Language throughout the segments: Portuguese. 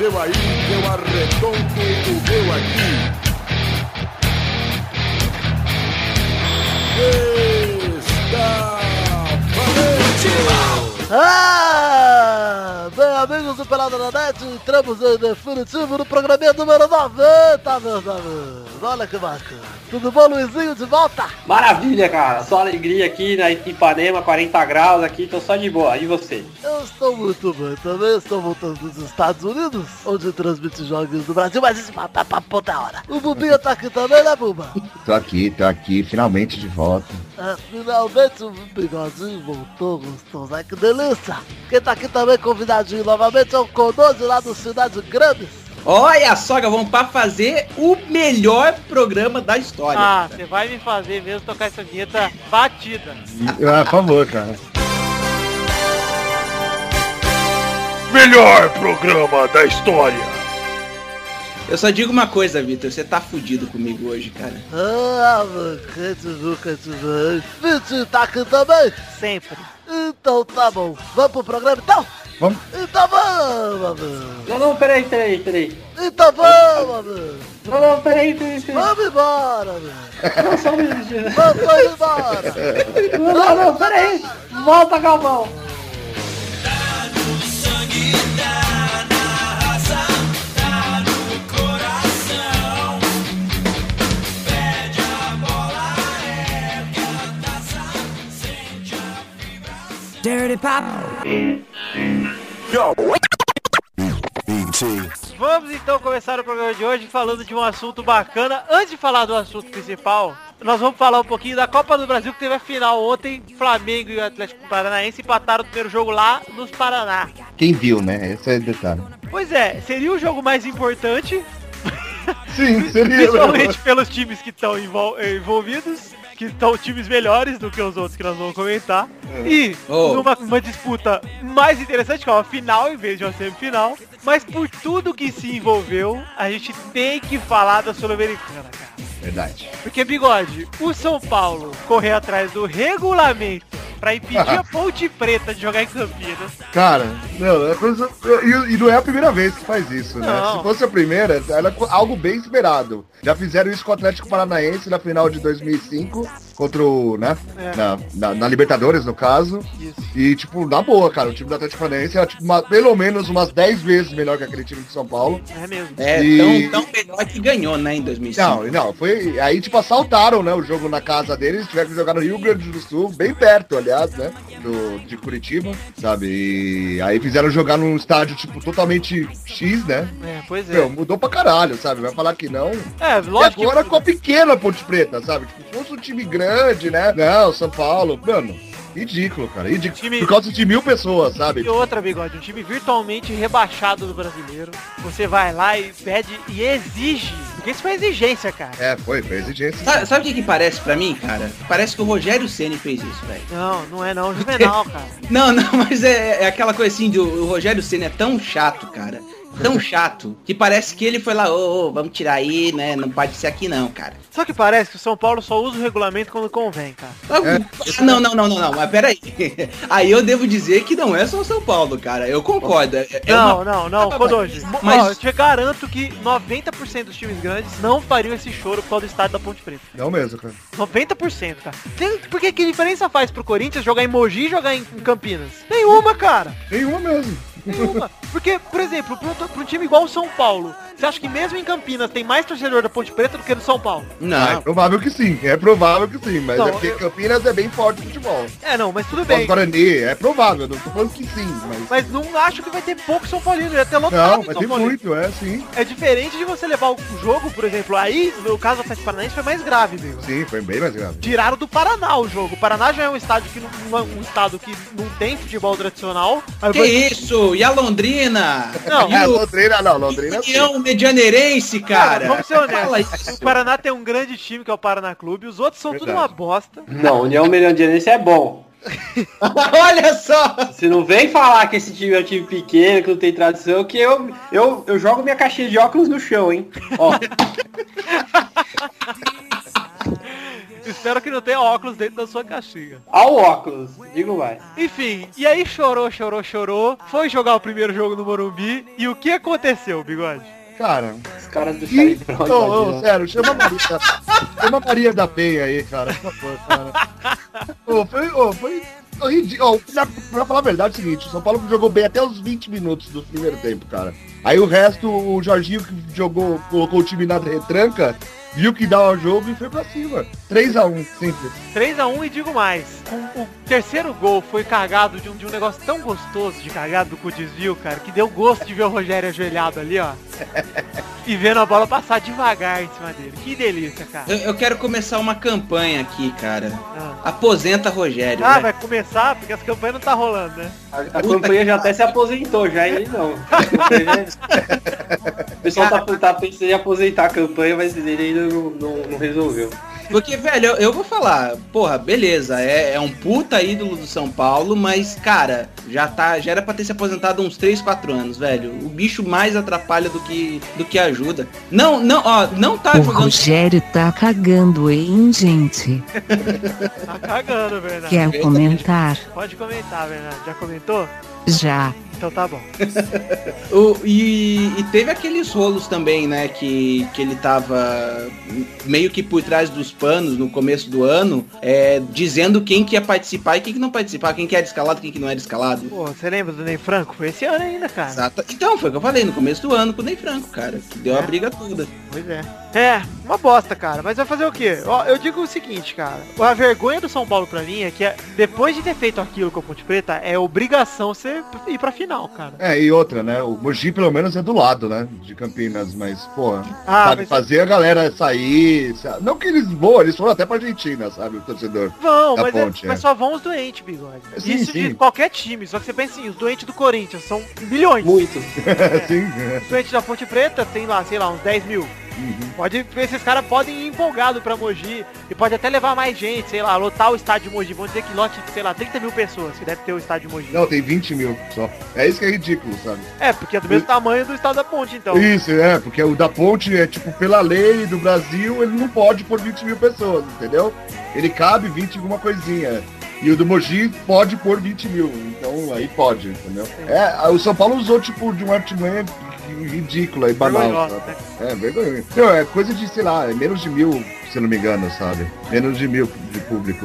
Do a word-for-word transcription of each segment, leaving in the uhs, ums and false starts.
seu aí, que eu arredondo o meu aqui. Está valente! Ah, bem, amigos do Pelada na Net, entramos em definitivo no programinha número noventa, meus amigos. Olha que bacana. Tudo bom, Luizinho, de volta? Maravilha, cara. Só alegria aqui na Ipanema, quarenta graus aqui, tô só de boa. E você? Eu estou muito bem também, estou voltando dos Estados Unidos, onde transmite jogos do Brasil, mas isso é pra, pra puta hora. O Bubinha tá aqui também, né, Buba? Tô aqui, tô aqui, finalmente de volta. É, finalmente o bigodinho voltou, gostoso, ai que delícia. Quem tá aqui também convidadinho novamente é o Conoso lá do Cidade Grandes. Olha só, Galvão, pra fazer o melhor programa da história. Ah, você vai me fazer mesmo tocar essa vinheta batida. Ah, por favor, cara. Melhor programa da história. Eu só digo uma coisa, Vitor, você tá fudido comigo hoje, cara. Ah, mano, quem te viu, quem te viu. Vitinho tá aqui também? Sempre. Então tá bom. Vamos pro programa então? Vamos. Então vamos, amigo. Não, não, peraí, peraí, peraí. Então vamos, amigo. Não, não, peraí, peraí, peraí. Vamos embora, amigo. Não, só um minutinho. Vamos embora. Não, não, peraí. Volta, Galvão. Dirty Pop. Vamos então começar o programa de hoje falando de um assunto bacana. Antes de falar do assunto principal, nós vamos falar um pouquinho da Copa do Brasil, que teve a final ontem. Flamengo e o Atlético Paranaense empataram o primeiro jogo lá nos Paraná. Quem viu, né? Esse é o detalhe. Pois é, seria o jogo mais importante, Sim, seria. principalmente pelos times que estão envol envolvidos, que estão times melhores do que os outros que nós vamos comentar. E Oh. numa uma disputa mais interessante, que é uma final em vez de uma semifinal. Mas por tudo que se envolveu, a gente tem que falar da Sul-Americana, cara. Verdade. Porque, Bigode, o São Paulo correr atrás do regulamento pra impedir a Ponte Preta de jogar em Campinas. Cara, não, é coisa, e, e não é a primeira vez que faz isso, né? Não. Se fosse a primeira, era algo bem esperado. Já fizeram isso com o Atlético Paranaense na final de dois mil e cinco, contra o, né? É. Na, na, na Libertadores, no caso. Isso. E, tipo, na boa, cara, o time do Atlético Paranaense era, tipo, uma- pelo menos umas dez vezes melhor que aquele time de São Paulo. É mesmo. É E- tão, tão melhor que ganhou, né, em dois mil e cinco. Não, não, foi. Aí, tipo, assaltaram, né, o jogo na casa deles, tiveram que jogar no Rio Grande do Sul, bem perto, aliás, né? Do, de Curitiba, sabe? E aí fizeram jogar num estádio, tipo, totalmente X, né? É, pois é. Meu, mudou pra caralho, sabe? Vai falar que não. É, E lógico agora que... com a pequena Ponte Preta, sabe? Tipo, se fosse um time grande, né? Não, São Paulo, mano. Ridículo, cara. Ridículo. Time- Por causa de mil pessoas, sabe? E outra, Bigode, um time virtualmente rebaixado do brasileiro. Você vai lá e pede e exige. Porque isso foi exigência, cara. É, foi, foi exigência. Sabe, sabe o que que parece pra mim, cara? Parece que o Rogério Ceni fez isso, velho. Não, não é não. Juvenal, cara. Não, não, mas é, é aquela coisa assim, do, o Rogério Ceni é tão chato, cara. Tão chato, que parece que ele foi lá, ô, ô, vamos tirar aí, né? Não pode ser aqui não, cara. Só que parece que o São Paulo só usa o regulamento quando convém, cara. Ah, Não, não, não, não, não, mas peraí. Aí eu devo dizer que não é só o São Paulo, cara. Eu concordo. É, é não, uma- não, não, Kodoji. Mas- Mas... Ó, eu te garanto que noventa por cento dos times grandes não fariam esse choro por causa do estádio da Ponte Preta. Não mesmo, cara. noventa por cento, cara. Tem- Porque que diferença faz pro Corinthians jogar em Mogi e jogar em, em Campinas? Nenhuma, cara. Nenhuma mesmo. Nenhuma. Porque, por exemplo, pra um, pra um time igual o São Paulo, você acha que mesmo em Campinas tem mais torcedor da Ponte Preta do que do São Paulo? Ah, é Não. provável que sim, é provável que sim, mas Não, é porque eu- Campinas é bem forte no futebol. É, não, mas tudo Bem. bem. Guarani, é provável, não tô falando que sim, mas... Mas não acho que vai ter pouco São Paulino, ia ter lotado Não, de mas São tem Paulino. muito, é sim. É diferente de você levar o jogo, por exemplo, aí, no caso do Atlético Paranaense, foi mais grave, meu. Sim, foi bem mais grave. Tiraram do Paraná o jogo. O Paraná já é um estádio que não, um um estado que não tem futebol tradicional. Aí Que vai- isso? E a Londrina? Não, E É, o Londrina não, Londrina sim. União Medianeirense, cara. Cara, vamos ser Fala honestos. isso. O Paraná tem um grande time, que é o Paraná Clube. Os outros são tudo Verdade. uma bosta. Não, União Medianeirense é bom. Olha só. Você não vem falar que esse time é um time pequeno, que não tem tradição, que eu, eu, eu jogo minha caixinha de óculos no chão, hein? Ó, Espero que não tenha óculos dentro da sua caixinha. Ao óculos, digo mais. Enfim, e aí chorou, chorou, chorou. Foi jogar o primeiro jogo no Morumbi. E o que aconteceu, Bigode? Cara, Os caras do Charlie e... Brown. Ô, ô, imagina. sério, chama a Maria, chama a Maria da Penha aí, cara, por favor, cara. Ô, foi, ô, foi ridículo. Pra, pra falar a verdade, é o seguinte, o São Paulo jogou bem até os vinte minutos do primeiro tempo, cara. Aí o resto, o Jorginho que jogou, colocou o time na retranca, viu que dava o jogo e foi pra cima. três a um, simples. três a um e digo mais. O, o terceiro gol foi cagado de um, de um negócio tão gostoso de cagado com o desvio, cara, que deu gosto de ver o Rogério ajoelhado ali, ó. E vendo a bola passar devagar em cima dele. Que delícia, cara. Eu, eu quero começar uma campanha aqui, cara. Ah, Aposenta Rogério. ah né? vai começar? Porque as campanhas não tá rolando, né? A, a campanha já até se aposentou, já ele não. O pessoal tá, tá pensando em aposentar a campanha, mas ele ainda não, não, não resolveu. Porque, velho, eu, eu vou falar, porra, beleza, é, é um puta ídolo do São Paulo, mas, cara, já tá, já era pra ter se aposentado há uns três, quatro anos, velho. O bicho mais atrapalha do que, do que ajuda. Não, não, ó, não tá O jogando... Rogério tá cagando, hein, gente? Tá cagando, Bernardo. Quer comentar? Pode comentar, Bernardo. Já comentou? Já. Então tá bom. O, e, e teve aqueles rolos também, né, que, que ele tava meio que por trás dos panos no começo do ano, é, dizendo quem que ia participar e quem que não participar, quem que era escalado, quem que não era escalado. Pô, você lembra do Ney Franco? Foi esse ano ainda, cara. Exato. Então, foi o que eu falei no começo do ano com o Ney Franco, cara, que deu a É. briga toda. Pois é. É, uma bosta, cara. Mas vai fazer o quê? Ó, eu digo o seguinte, cara. A vergonha do São Paulo pra mim é que é, depois de ter feito aquilo com a Ponte Preta, é obrigação você ir pra final, cara. É, e outra, né? O Mogi pelo menos é do lado, né? De Campinas, mas, pô, Ah, sabe, mas- fazer a galera sair. Sabe? Não que eles voam, eles foram até pra Argentina, sabe, o torcedor. Vão, Da mas, é- Ponte, mas é. só vão os doentes, Bigode. Sim, Isso sim. de qualquer time. Só que você pensa assim, os doentes do Corinthians são milhões. Muito. Sim, Os doentes da Ponte Preta tem lá, sei lá, uns dez mil. Pode, esses caras podem ir empolgados pra Mogi e pode até levar mais gente, sei lá, lotar o estádio de Mogi. Vamos dizer que lote, sei lá, trinta mil pessoas que deve ter o estádio de Mogi. Não, tem vinte mil só. É isso que é ridículo, sabe? É, porque é do mesmo tamanho do estádio da Ponte, então. Isso, é, porque o da Ponte é tipo, pela lei do Brasil, ele não pode pôr vinte mil pessoas, entendeu? Ele cabe vinte e alguma coisinha. E o do Mogi pode pôr vinte mil, então aí pode, entendeu? É, o São Paulo usou tipo de uma artimanha ridícula e banal, Vergonhosa, sabe? né? É, vergonha. Não, é coisa de, sei lá, é menos de mil, se eu não me engano, sabe? Menos de mil de público.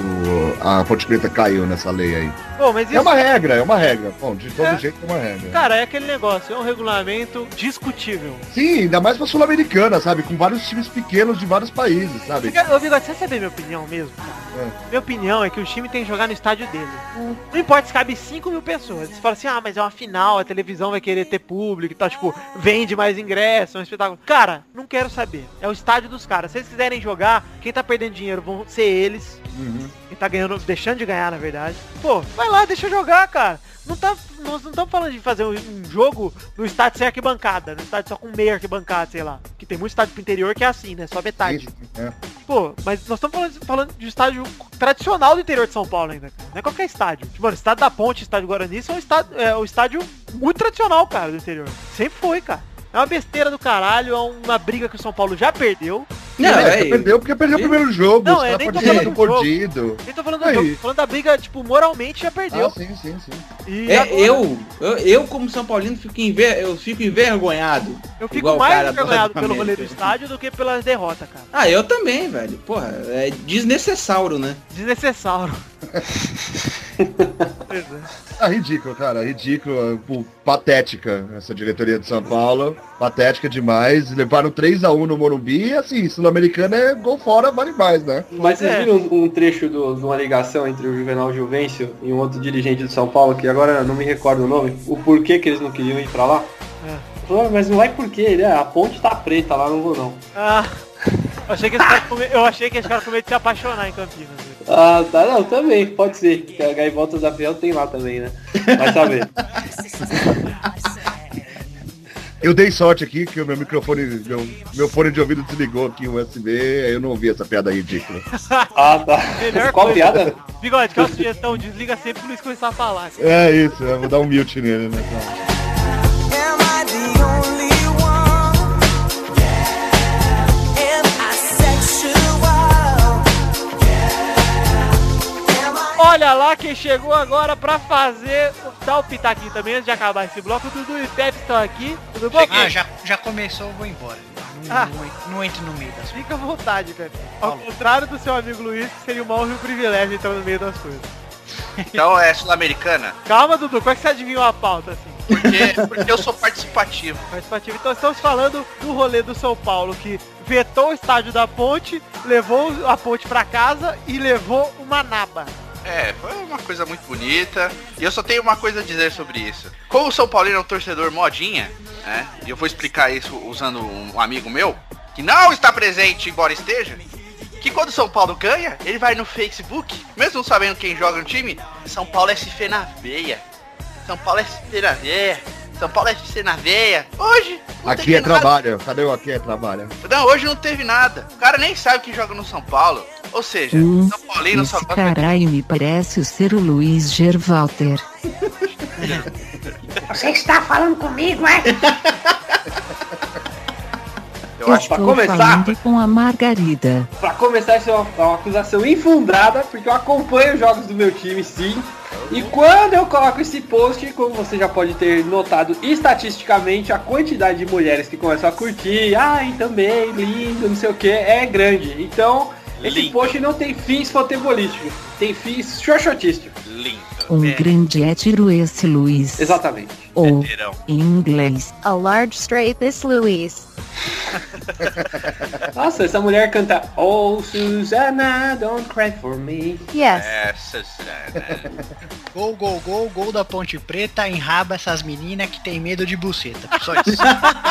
O, a Ponte Preta caiu nessa lei aí. Pô, mas isso, É uma regra, é uma regra. Bom, de todo É. jeito é uma regra. cara, é aquele negócio, é um regulamento discutível. Sim, ainda mais pra Sul-Americana, sabe? Com vários times pequenos de vários países, sabe? Ô, Bigode, você sabe a minha opinião mesmo, cara? É. Minha opinião é que o time tem que jogar no estádio dele. Não importa se cabe cinco mil pessoas. Você fala assim, ah, mas é uma final, a televisão vai querer ter público e tal, tipo, vende mais ingresso, é um espetáculo. Cara, não quero saber. É o estádio dos caras. Se eles quiserem jogar, quem tá perdendo dinheiro vão ser eles. Uhum. Quem tá ganhando, deixando de ganhar, na verdade. Pô, vai lá, deixa eu jogar, cara. Não tá, nós não estamos falando de fazer um, um jogo no estádio sem arquibancada, no estádio só com meia arquibancada, sei lá. Que tem muito estádio pro interior que é assim, né? Só metade. Isso, é. Pô, mas nós estamos falando, falando de estádio tradicional do interior de São Paulo ainda, cara. Não é qualquer estádio. Tipo, mano, o estádio da Ponte, o estádio Guarani, são um estádio, é um estádio muito tradicional, cara, do interior. Sempre foi, cara. É uma besteira do caralho, é uma briga que o São Paulo já perdeu. Não, É, é, perdeu porque perdeu o primeiro jogo. Não, os é, caras nem tô podem falando ter do jogo. mordido. Nem tô falando do Aí. jogo, tô falando da briga, tipo, moralmente já perdeu. Ah, sim, sim, sim. E é, agora, eu, eu, eu, como São Paulino, fico enver, eu fico envergonhado. eu fico igual o mais cara do envergonhado pelo América. rolê do estádio do que pela derrota, cara. Ah, eu também, velho. Porra, é desnecessário, né? Desnecessário. Pois é. Ah, ridículo, cara, ridículo, pô, patética essa diretoria de São Paulo, patética demais, levaram três a um no Morumbi e assim, Sul-Americana é gol fora, vale mais, né? Mas vocês É. viram um, um trecho do- de uma ligação entre o Juvenal Juvencio e um outro dirigente do São Paulo, que agora não me recordo o nome, o porquê que eles não queriam ir pra lá? É. Falou, "Ah, mas não vai por quê? Ele, "Ah, a ponte tá preta lá, não vou não." Ah, eu achei que esse cara com me- eu achei que esse cara com medo de se apaixonar em Campinas. velho. Ah, tá, não, também, pode ser. Que a Gaivota da Fiel tem lá também, né? Vai saber. Eu dei sorte aqui que o meu microfone, meu, meu fone de ouvido desligou aqui o U S B, aí eu não ouvi essa piada ridícula. Ah, tá. Melhor Qual coisa. piada? Bigode, que é uma sugestão, desliga sempre pro Luiz começar a falar. É isso, eu vou dar um mute nele, né? Am I the only one? Am I sexual? olha lá quem chegou agora pra fazer, dar o pitaquinho também antes de acabar esse bloco. O Dudu e o Pepe estão aqui, tudo bom? Ah, já, já começou, eu vou embora. Não, Ah. não, não entre no meio das coisas. Fica à vontade, Pepe. Ao contrário do seu amigo Luiz, que seria uma honra e um privilégio entrar no meio das coisas. Então é sul-americana? Calma, Dudu, como é que você adivinhou a pauta assim? Porque, porque eu sou participativo. Participativo. Então estamos falando do rolê do São Paulo, que vetou o estádio da Ponte, levou a Ponte pra casa e levou uma naba. É, foi uma coisa muito bonita. E eu só tenho uma coisa a dizer sobre isso. Como o São Paulino é um torcedor modinha, né? E eu vou explicar isso usando um amigo meu, que não está presente, embora esteja. Que quando o São Paulo ganha, ele vai no Facebook, mesmo não sabendo quem joga no time, São Paulo S F na veia. São Paulo S F na veia. São Paulo S F na veia. Hoje não Aqui teve é nada. trabalho. Cadê o aqui é trabalho? Não, hoje não teve nada. O cara nem sabe quem joga no São Paulo. Ou seja, Hum, São Paulino só Esse gosta de... caralho me parece ser o Luiz Gervalter. Você está falando comigo, é? Eu acho que pra Estou começar, falando com a Margarida. pra começar, isso é uma, uma acusação infundada, porque eu acompanho os jogos do meu time, sim. E quando eu coloco esse post, como você já pode ter notado estatisticamente, a quantidade de mulheres que começam a curtir, ai, também, lindo, não sei o que, é grande. Então, esse Lindo. post não tem fins futebolísticos, tem fins xoxotísticos. Lindo. Um É, grande hétero esse Luiz. Exatamente. Ou, verão. em inglês, A large straight this Louise. Nossa, essa mulher canta Oh, Susana, don't cry for me. Yes. É, Susana. Gol, gol, gol, gol da Ponte Preta, enraba essas meninas que tem medo de buceta. Só isso.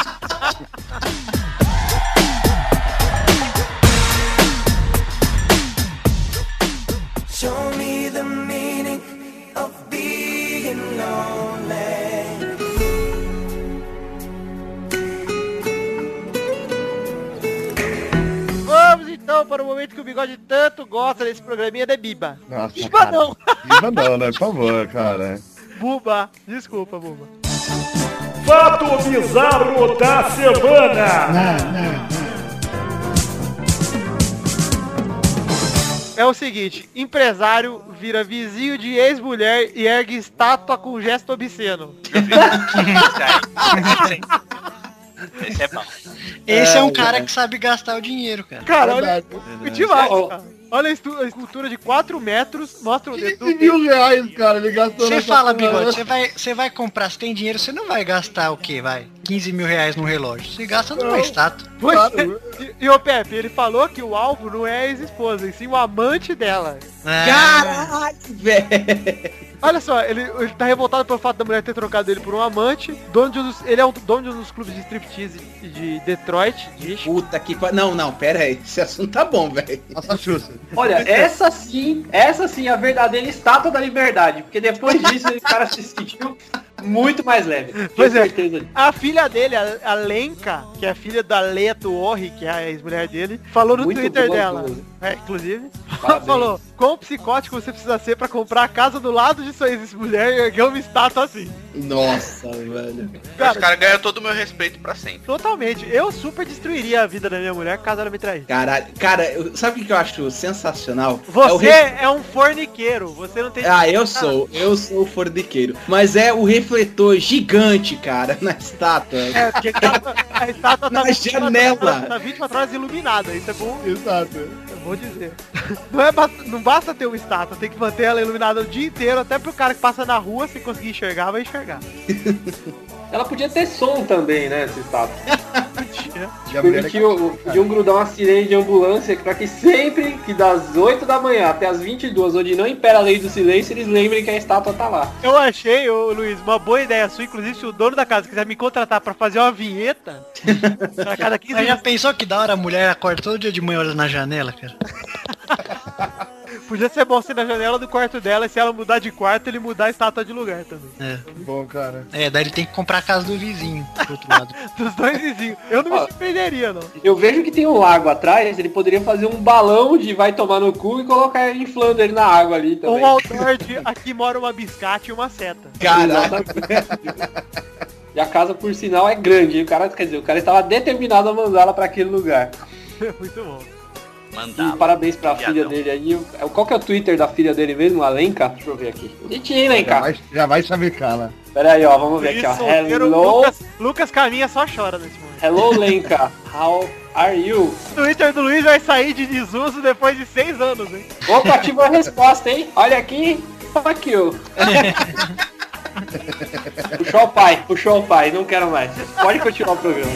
Show me the meaning of being lonely. Vamos então para o momento que o Bigode tanto gosta desse programinha de Biba. Nossa, Biba cara. não. Viva não, né? Por favor, cara. Buba. Desculpa, Buba. Fato bizarro da semana. É o seguinte, empresário vira vizinho de ex-mulher e ergue estátua com gesto obsceno. Esse é bom. Esse é um cara que sabe gastar o dinheiro, cara. Cara, olha, Verdade. demais, Ó, cara. Olha a estu- a escultura de quatro metros, mostra o dedo. quinze mil reais, cara, ele gastou Você nessa fala, porra. Bigode, você vai, você vai comprar, você tem dinheiro, você não vai gastar o quê, vai? quinze mil reais num relógio. Você gasta numa Não. estátua. Pois Claro. é. E, e o Pepe, ele falou que o alvo não é a ex-esposa, e sim o amante dela. Ah, Caralho, velho. Olha só, ele, ele tá revoltado pelo fato da mulher ter trocado ele por um amante. Dono de um dos, ele é um dono de um dos clubes de striptease de Detroit, diz. Puta que pa... Não, não, pera aí. Esse assunto tá bom, velho. Massachusetts. Olha, essa sim, essa sim é a verdadeira estátua da liberdade, porque depois disso o cara se sentiu muito mais leve. Tenho Pois é. certeza disso. A filha dele, a, a Lenka, que é a filha da Leto Orri, que é a ex-mulher dele, falou no Muito Twitter boa, dela. boa. É, inclusive, Parabéns. falou, quão psicótico você precisa ser pra comprar a casa do lado de sua ex-mulher e erguer uma estátua assim. Nossa, velho. Esse Cara, cara ganha todo o meu respeito pra sempre. totalmente. Eu super destruiria a vida da minha mulher caso ela me traísse. Caralho. Cara, eu- sabe o que eu acho sensacional? É o Você re- é um forniqueiro, você não tem... Ah, eu sou, eu sou o forniqueiro. Mas é o refletor gigante, cara, na estátua. É, porque tá- a estátua tá Na janela. Tá vinte e quatro horas iluminada, isso é bom, Exato. eu vou dizer. Não, é ba- não basta ter uma estátua, tem que manter ela iluminada o dia inteiro, até pro cara que passa na rua, se conseguir enxergar, vai enxergar. Ela podia ter som também, né, essa estátua. E a mulher é Podiam, podiam grudar uma sirene de ambulância pra que sempre que das oito da manhã até as vinte e duas, onde não impera a lei do silêncio, eles lembrem que a estátua tá lá. Eu achei, ô Luiz, uma boa ideia sua, inclusive se o dono da casa quiser me contratar pra fazer uma vinheta, pra cada quinze Mas já minutos, pensou que da hora a mulher acorda todo dia de manhã olhando na janela, cara? podia ser bom ser na janela do quarto dela, e se ela mudar de quarto, ele mudar a estátua de lugar também. É. bom, cara. É, daí ele tem que comprar a casa do vizinho, do outro lado. Dos dois vizinhos. Eu não me Ó. surpreenderia, não. Eu vejo que tem um lago atrás, ele poderia fazer um balão de vai tomar no cu e colocar inflando ele na água ali também. Um outdoor de aqui mora uma biscate e uma seta. Caralho. E a casa, por sinal, é grande. E o cara, quer dizer, o cara estava determinado a mandá-la pra aquele lugar. Muito bom. Mandala. E parabéns pra Viadão. filha dele aí. Qual que é o Twitter da filha dele mesmo? A Lenka? Deixa eu ver aqui. Bonitinho, Já Lenka. vai, já vai chavecar lá. Pera aí, ó. Vamos ver Feliz aqui, ó. solteiro, Hello. Lucas, Lucas Caminha só chora nesse momento. Hello, Lenka. How are you? O Twitter do Luiz vai sair de desuso depois de seis anos, hein? Opa, ativou a resposta, hein? Olha aqui. Fuck you. Puxou o pai, puxou o pai. Não quero mais. Pode continuar o programa.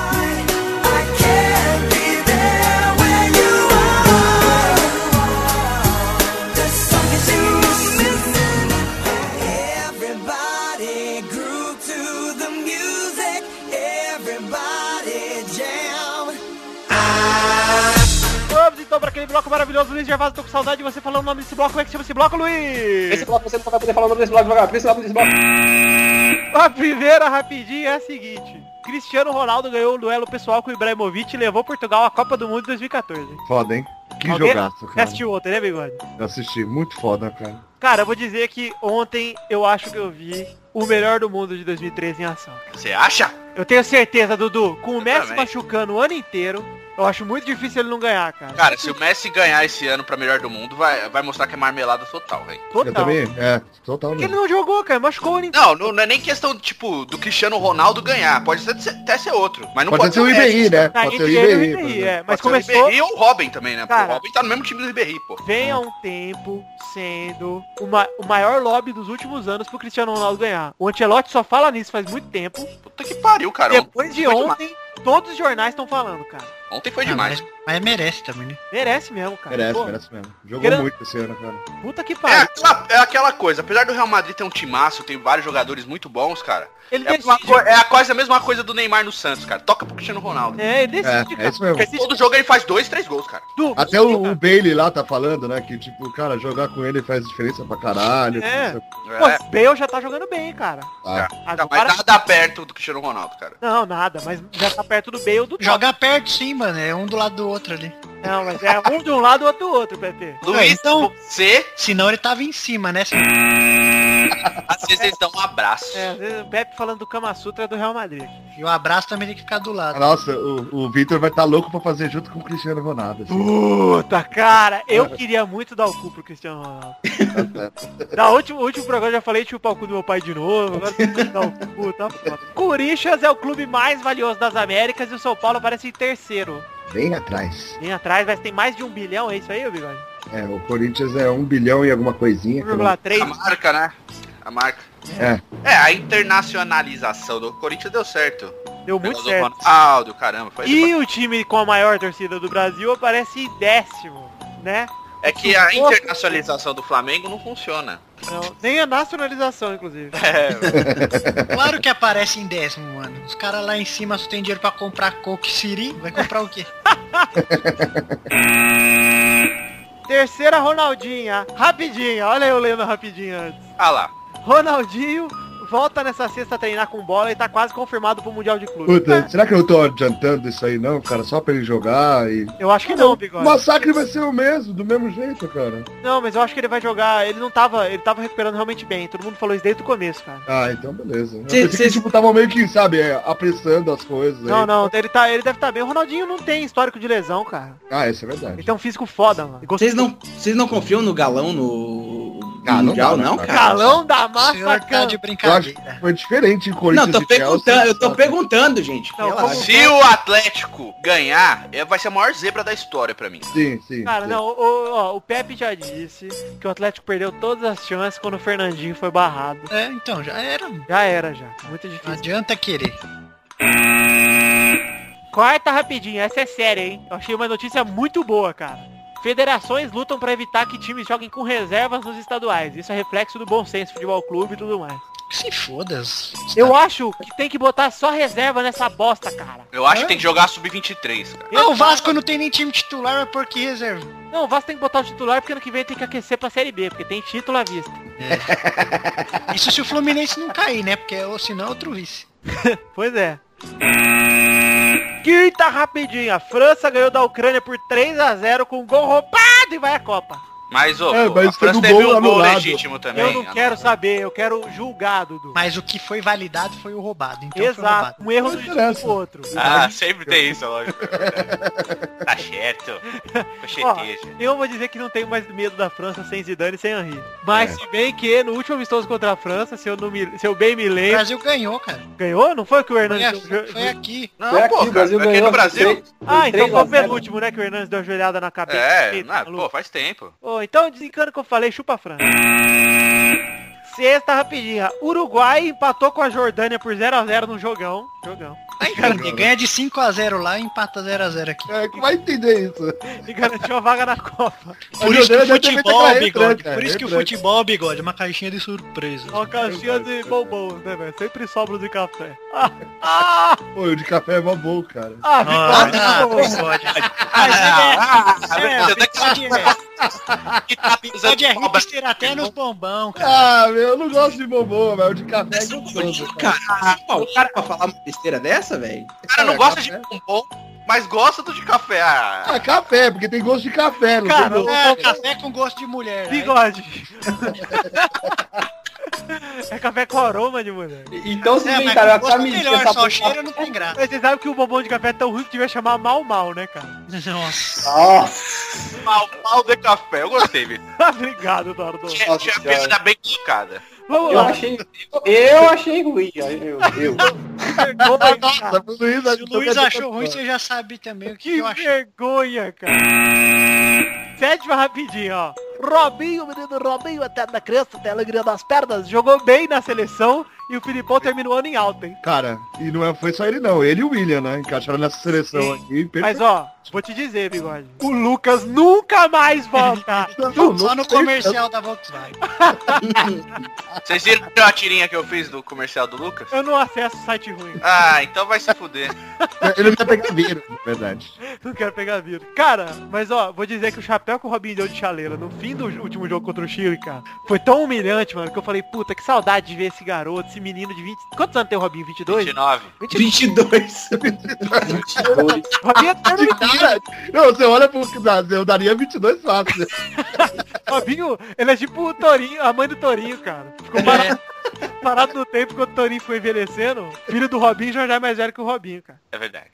Vamos então pra aquele bloco maravilhoso. Luiz Gervásio, tô com saudade de você falando o nome desse bloco. Como é que chama esse bloco, Luiz? Esse bloco você não vai poder falar o nome desse bloco devagar. Por isso, o nome desse bloco. A primeira rapidinha é a seguinte. Cristiano Ronaldo ganhou um duelo pessoal com o Ibrahimovic e levou Portugal à Copa do Mundo de dois mil e quatorze. Foda, hein? Que Alguém jogaço, cara. assistiu ontem, né, Bigode? Eu assisti, muito foda, cara. Cara, eu vou dizer que ontem eu acho que eu vi o melhor do mundo de dois mil e treze em ação. Você acha? Eu tenho certeza, Dudu, com o Messi também. machucando o ano inteiro, eu acho muito difícil ele não ganhar, cara. Cara, se o Messi ganhar esse ano pra melhor do mundo, vai, vai mostrar que é marmelada total, velho. Eu Total. também, é, total Porque ele mesmo. não jogou, cara, machucou o ano inteiro. Não, não, não é nem questão, tipo, do Cristiano Ronaldo ganhar. Pode ser, até ser outro. Mas não Pode pode, ser o Messi. Ribéry, né? Ah, Pode ser o entre ele e o Ribéry. por Ribéry, exemplo. é, mas Pode ser o começou... Ribéry ou o Robin também, né? Pô, Cara, o Robin tá no mesmo time do Ribéry, pô. Vem há um tempo sendo uma, o maior lobby dos últimos anos pro Cristiano Ronaldo ganhar. O Ancelotti só fala nisso faz muito tempo. Puta que pariu, cara. Depois de Foi ontem, todos os jornais estão falando, cara. Ontem foi Ah, demais. mas, mas merece também, né? Merece mesmo, cara. Merece, Pô, merece mesmo. Jogou Querendo- muito esse ano, cara. Puta que É pariu. aquela, é aquela coisa, apesar do Real Madrid ter um timaço, tem vários jogadores muito bons, cara. Ele É, uma decide. co- é a quase a mesma coisa do Neymar no Santos, cara. Toca pro Cristiano Ronaldo. É, ele decide, É, cara. é isso mesmo. Decide. Todo jogo ele faz dois, três gols, cara. Du, Até o, o Bailey lá tá falando, né? Que, tipo, cara, jogar com ele faz diferença pra caralho. É. Não Pô, É, o Bale já tá jogando bem, cara. Ah, tá, mas Agora... nada perto do Cristiano Ronaldo, cara. Não, nada, mas já tá perto do Bale do top. Joga perto sim, mano. É um do lado do outro ali. Não, mas é um de um lado e outro do outro, Pepe. Luiz, então- você, Senão ele tava em cima, né? às vezes eles dão um abraço. É, às vezes o Pepe falando do Kama Sutra do Real Madrid. E o abraço também tem que ficar do lado. Nossa, o, o Victor vai estar tá louco pra fazer junto com o Cristiano Ronaldo. Assim. Puta, cara, eu queria muito dar o cu pro Cristiano Ronaldo. Na último, último programa eu já falei chupar o cu do meu pai de novo, agora tem que dar o cu, tá foda. Corinthians é o clube mais valioso das Américas e o São Paulo aparece em terceiro. Bem atrás. Bem atrás, mas tem mais de um bilhão, é isso aí, ô Bigode? É, o Corinthians é um bilhão e alguma coisinha. um que eu vírgula não- três. A marca, né? A marca. É, É, a internacionalização do Corinthians deu certo. Deu muito Pegou certo. do Ronaldo, caramba. Foi E o time com a maior torcida do Brasil aparece em décimo, né? É que a internacionalização do Flamengo não funciona. Não, nem a nacionalização, inclusive. É, Claro que aparece em décimo, mano. Os caras lá em cima só tem dinheiro pra comprar Coke Siri. Vai comprar o quê? Terceira, Ronaldinha. Rapidinha, olha eu lendo rapidinho antes. ah lá. Ronaldinho volta nessa sexta a treinar com bola e tá quase confirmado pro Mundial de Clubes. puta, será que eu tô adiantando isso aí não, cara? Só pra ele jogar e... Eu acho que não, O Bigode. massacre vai ser o mesmo, do mesmo jeito, cara. Não, mas eu acho que ele vai jogar. Ele não tava. Ele tava recuperando realmente bem. Todo mundo falou isso desde o começo, cara. Ah, então beleza. Eu Cê- pensei cê- que, tipo, tava meio que, sabe, é, apressando as coisas. Não, aí. não, ele, tá, ele deve estar bem. O Ronaldinho não tem histórico de lesão, cara. Ah, isso é verdade. Ele tem um físico foda, mano. Ele Vocês não, vocês não confiam no galão no, no Ah, não Mundial, dá, não, né, cara? Galão da O senhor massa, tá cara. de Eu acho brincadeira. que foi diferente em Não, Corinthians tô e Chelsea. perguntando, eu tô sabe? perguntando, gente. Não, Relaxa. como- Se o Atlético ganhar, é- vai ser a maior zebra da história pra mim. Sim, sim. Cara, sim. não, o, o- ó, o Pepe já disse que o Atlético perdeu todas as chances quando o Fernandinho foi barrado. É, então, já era. Já era, já. Muito Não difícil. adianta querer. Quarta rapidinho, essa é séria, hein? Eu achei uma notícia muito boa, cara. Federações lutam pra evitar que times joguem com reservas nos estaduais. Isso é reflexo do bom senso, futebol clube e tudo mais. Se foda. os- Eu acho que tem que botar só reserva nessa bosta, cara. Eu acho que tem que jogar sub vinte e três, cara. Ah, o Vasco não tem nem time titular, mas por que reserva? Não, o Vasco tem que botar o titular porque ano que vem tem que aquecer pra Série B, porque tem título à vista. Isso se o Fluminense não cair, né? Porque ou senão é outro vice. Pois é. Quinta rapidinha. A França ganhou da Ucrânia por três a zero com gol roubado e vai à Copa. Mas, ô, É, pô, mas a França teve um teve gol um gol anulado. legítimo também. Eu não quero saber, eu quero julgar, Dudu. Mas o que foi validado foi o roubado. Então foi Exato, roubado. um erro do juiz do outro. Ah, sempre tem isso, lógico. Tá certo. Ó, Cocheteja. eu vou dizer que não tenho mais medo da França sem Zidane e sem Henry. Mas se bem que no último amistoso contra a França, se eu, não me, se eu bem me O lembro... Brasil ganhou, cara. Ganhou? Não foi que o Foi, Hernandes... a- deu- foi aqui. Não, Foi aqui, pô, o Brasil cara, aqui ganhou no Brasil. três- Ah, então três foi a o zero. penúltimo, né? Que o Hernandes deu uma joelhada na cabeça. É, Eita, não, maluco. pô, faz tempo. Ô, então, desencana que eu falei, chupa a França. Sexta rapidinha. Uruguai empatou com a Jordânia por zero a zero no jogão. Jogão. Cara, ele ganha de cinco a zero lá e empata zero a zero aqui. É, que vai entender isso. E garantiu a vaga na Copa. Por A isso que o Jordânia deve ter feito futebol, aquela bigode. retranca, Por isso que o retranca. futebol, bigode, é uma caixinha de surpresa. Uma caixinha de bombons, né, velho? Sempre sobra de café. Ah, ah, Pô, o de café é mó bom, cara. ah, Ah, bigode, ah, pô. bigode. Mas Ah, é, é, você tá bigode é, que tá bigode é cobra. hipster até nos bombão, cara. Ah, meu, eu não gosto de bombom, velho. O de café é gostoso. cara. Cara, o cara pra falar uma besteira dessa, velho? O cara não gosta de bombom, mas gosta do de café. Ah, Ah, café, porque tem gosto de café, não Cara, tem gosto. É, café com gosto de mulher. né? Bigode. É café com aroma de mulher. Então se É, mas inventaram a com gosto camiseta melhor, essa só porra- cheiro não tem graça. Mas você sabe que o bombom de café é tão ruim que devia chamar mal mal, né, cara? Nossa. Nossa. mal, mal de café. Eu gostei, velho. Obrigado, Eduardo. Tinha, Nossa tinha a senhora. piada bem colocada. Vamos Eu lá. achei, eu achei ruim. Eu, eu. Vergonha, Nossa, cara. o Luiz, Se o Luiz achou ruim, você já sabe também o que, Que eu achei. vergonha, cara. Sétima rapidinho, ó. Robinho, menino Robinho, até da criança, até a alegria das pernas, jogou bem na seleção e o Filipão terminou o ano em alta, hein? Cara, e não é- foi só ele não, ele e o William, né? Encaixaram nessa seleção Sim. aqui. perfeito. Mas ó, vou te dizer, bigode. O Lucas nunca mais volta. Não, Só não no sei, comercial da Volkswagen. Vocês viram a tirinha que eu fiz do comercial do Lucas? Eu não acesso site ruim. Ah, então vai se fuder. Ele não ia pegar vírus, na verdade. Não quero pegar vírus. Cara, mas ó, vou dizer que o chapéu que o Robinho deu de chaleira no fim do último jogo contra o Chile, cara, foi tão humilhante, mano, que eu falei, puta, que saudade de ver esse garoto, esse menino de vinte... Quantos anos tem o Robinho? vinte e dois? vinte e nove. vinte e dois. O Robinho é eterno menino. Cara, não, você olha pro eu daria vinte e dois fácil. Robinho, ele é tipo o Torinho, a mãe do Torinho, cara. Ficou parado, parado no tempo quando o Torinho foi envelhecendo. Filho do Robinho já é mais velho que o Robinho, cara. É verdade.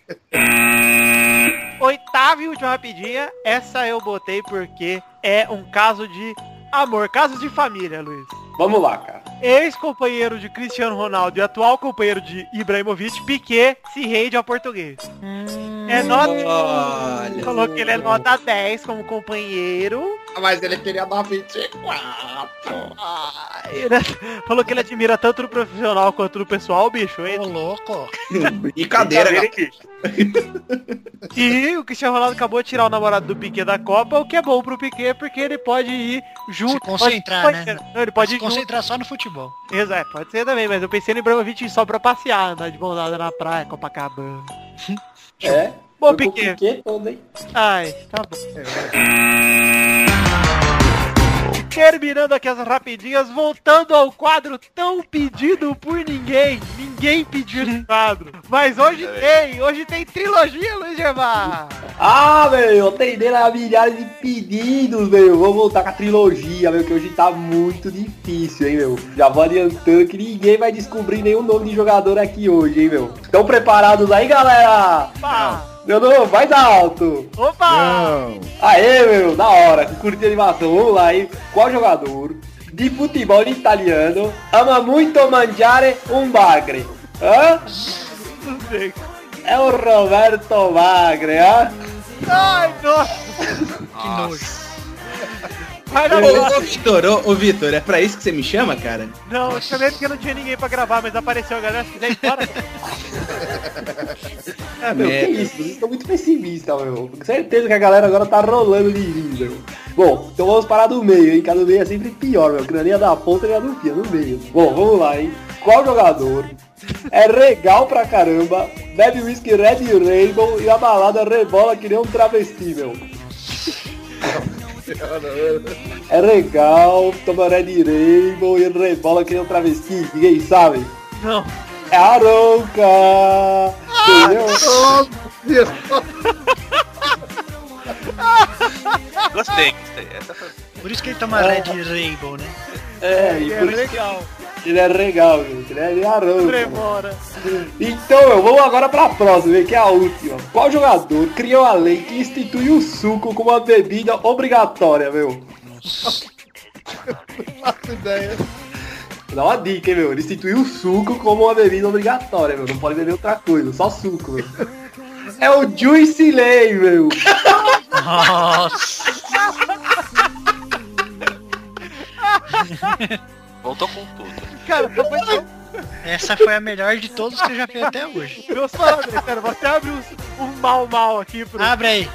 Oitava e última rapidinha. Essa eu botei porque é um caso de amor, caso de família, Luiz. Vamos lá, cara. Ex-companheiro de Cristiano Ronaldo e atual companheiro de Ibrahimovic, Piquet, se rende ao português. É nota... Olha. Falou que ele é nota dez como companheiro. Mas ele queria dar vinte e quatro. Ah, ele falou que ele admira tanto no profissional quanto no pessoal, bicho. hein? Ô, louco. Brincadeira, cara. E o Cristiano Ronaldo acabou de tirar o namorado do Piquet da Copa, o que é bom pro Piquet, porque ele pode ir junto. Se concentrar, pode, né? Não, ele pode Se ir junto. concentrar só no futebol. Exato, pode ser também, mas eu pensei no Ibrahimovic só pra passear, andar de mão dada na praia, Copacabana. É. Bom, Foi com o Piquet. Piquet todo, hein? Ai, tá bom. Terminando aqui as rapidinhas, voltando ao quadro tão pedido por ninguém. Ninguém pediu esse quadro. Mas hoje tem, hoje tem trilogia, Luiz Gervais. Ah, meu, eu atendei lá milhares de pedidos, meu. Vou voltar com a trilogia, meu, que hoje tá muito difícil, hein, meu. Já vou adiantando que ninguém vai descobrir nenhum nome de jogador aqui hoje, hein, meu. Estão preparados aí, galera? Opa! Meu nome, mais alto. Opa! Não. Aê, meu, da hora, curti a animação. Vamos lá, hein. Qual jogador de futebol italiano ama muito mangiare um bagre? Hã? Não sei. É o Roberto Bagre, hã? Ai, nossa. Que nojo. Vai na Ô, bola. ô, Vitor, ô, ô, Vitor, é pra isso que você me chama, cara? Não, eu chamei porque não tinha ninguém pra gravar, mas apareceu a galera, se quiser ir fora. Ah, meu, que merda. isso? Vocês estão muito pessimistas, meu. Com certeza que a galera agora tá rolando de rir, meu. Bom, então vamos parar do meio, hein? Que a do meio é sempre pior, meu. Que na linha da ponta e a do fio, no meio. Bom, vamos lá, hein? Qual jogador é legal pra caramba, bebe whisky Red Rainbow e a balada rebola que nem um travesti, meu? É legal, toma Red Rainbow e rebola que nem um travesti, ninguém sabe? Não. É a Aronca! Entendeu? Oh, Deus. Gostei, gostei. Essa foi... Por isso que ele toma É. Red Rainbow, né? É, e É por isso legal. que ele é legal, gente. Ele é de arranjo. Demora. Então, meu, vamos agora pra próxima, que é a última. Qual jogador criou a lei que institui o suco como uma bebida obrigatória, meu? Não faço ideia. Vou dar uma dica, hein, meu. Ele instituiu o suco como uma bebida obrigatória, meu. Não pode beber outra coisa, só suco, meu. É o Juicy Lay, meu. Nossa. Voltou com tudo. Cara, foi tão... Essa foi a melhor de todos que eu já fiz até hoje. Meus parabéns, cara. Vou até abrir um, um mal mal aqui pro... Abre aí.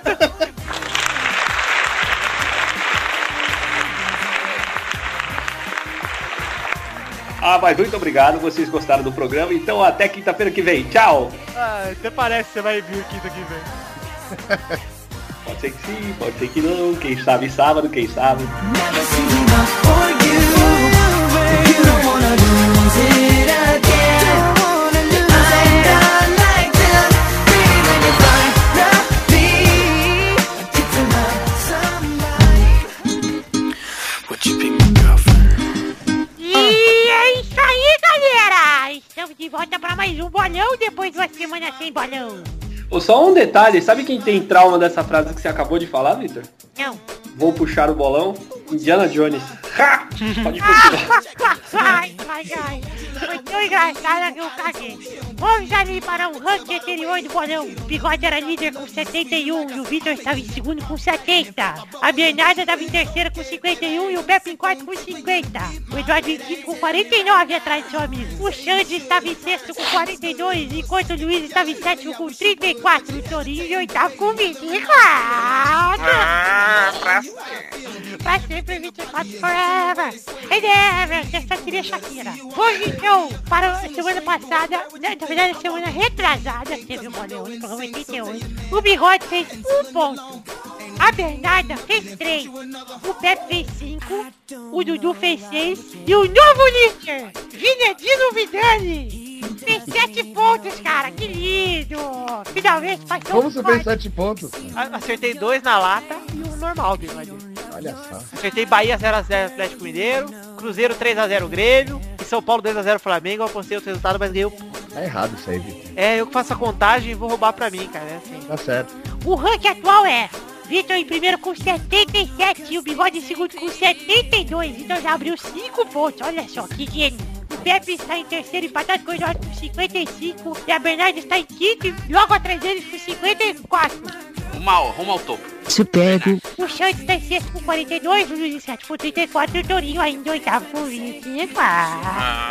Ah, mas muito obrigado. Vocês gostaram do programa. Então, até quinta-feira que vem. Tchau. Ah, até parece que você vai vir aqui daqui, velho. Pode ser que sim, pode ser que não. Quem sabe sábado, quem sabe. Never seen enough for you. You don't wanna lose it again. I'm done like this. Baby, when you finally get to love somebody. Would you be my girlfriend? E é isso aí, galera! Estamos de volta para mais um bolão depois de uma semana sem bolão. Oh, só um detalhe, sabe quem tem trauma dessa frase que você acabou de falar, Victor? Não. Vou puxar o bolão. Indiana Jones. Ha! Pode continuar. Ai, ai, ai. Foi tão engraçada que eu caguei. Vamos ali para o ranking anterior do bolão. O Bigode era líder com setenta e um e o Vitor estava em segundo com setenta. A Bernarda estava em terceira com cinquenta e um e o Pepe em quarto com cinquenta. O Eduardo em quinto com quarenta e nove atrás do seu amigo. O Xande estava em sexto com quarenta e dois, enquanto o Luiz estava em sétimo com trinta e quatro. O Torinho em oitavo com vinte e quatro. Ah, pra Pra sempre vinte e quatro forever and ever. Essa seria Shakira. Hoje então, para a semana passada, na na verdade a semana retrasada, teve um bolão no programa oitenta e oito. O Bigode fez um ponto. A Bernarda fez três. O Pepe fez cinco. O Dudu fez seis. E o novo líder, Vinedino Vidani, fez sete pontos, cara. Que lindo. Finalmente passou. Como você fez sete pontos? A- Acertei dois na lata e um normal, Bigode. Olha só. Acertei Bahia zero a zero Atlético Mineiro, Cruzeiro três a zero Grêmio e São Paulo dois a zero Flamengo. Eu apostei os resultados, mas ganhei o... Tá errado isso aí, Vitor. É, eu que faço a contagem e vou roubar pra mim, cara. É assim. Tá certo. O ranking atual é Vitor em primeiro com setenta e sete e o Bigode em segundo com setenta e dois. Então já abriu cinco pontos. Olha só, que gênio. O Pepe está em terceiro, empatado com o Eduardo com cinquenta e cinco. E a Bernarda está em quinto e logo atrás deles com cinquenta e quatro. Rumo ao, rumo ao topo. Te pego. O Xande está em sexto com quarenta e dois, o Luiz em sétimo com trinta e quatro e o Torinho ainda em oitavo com vinte e quatro.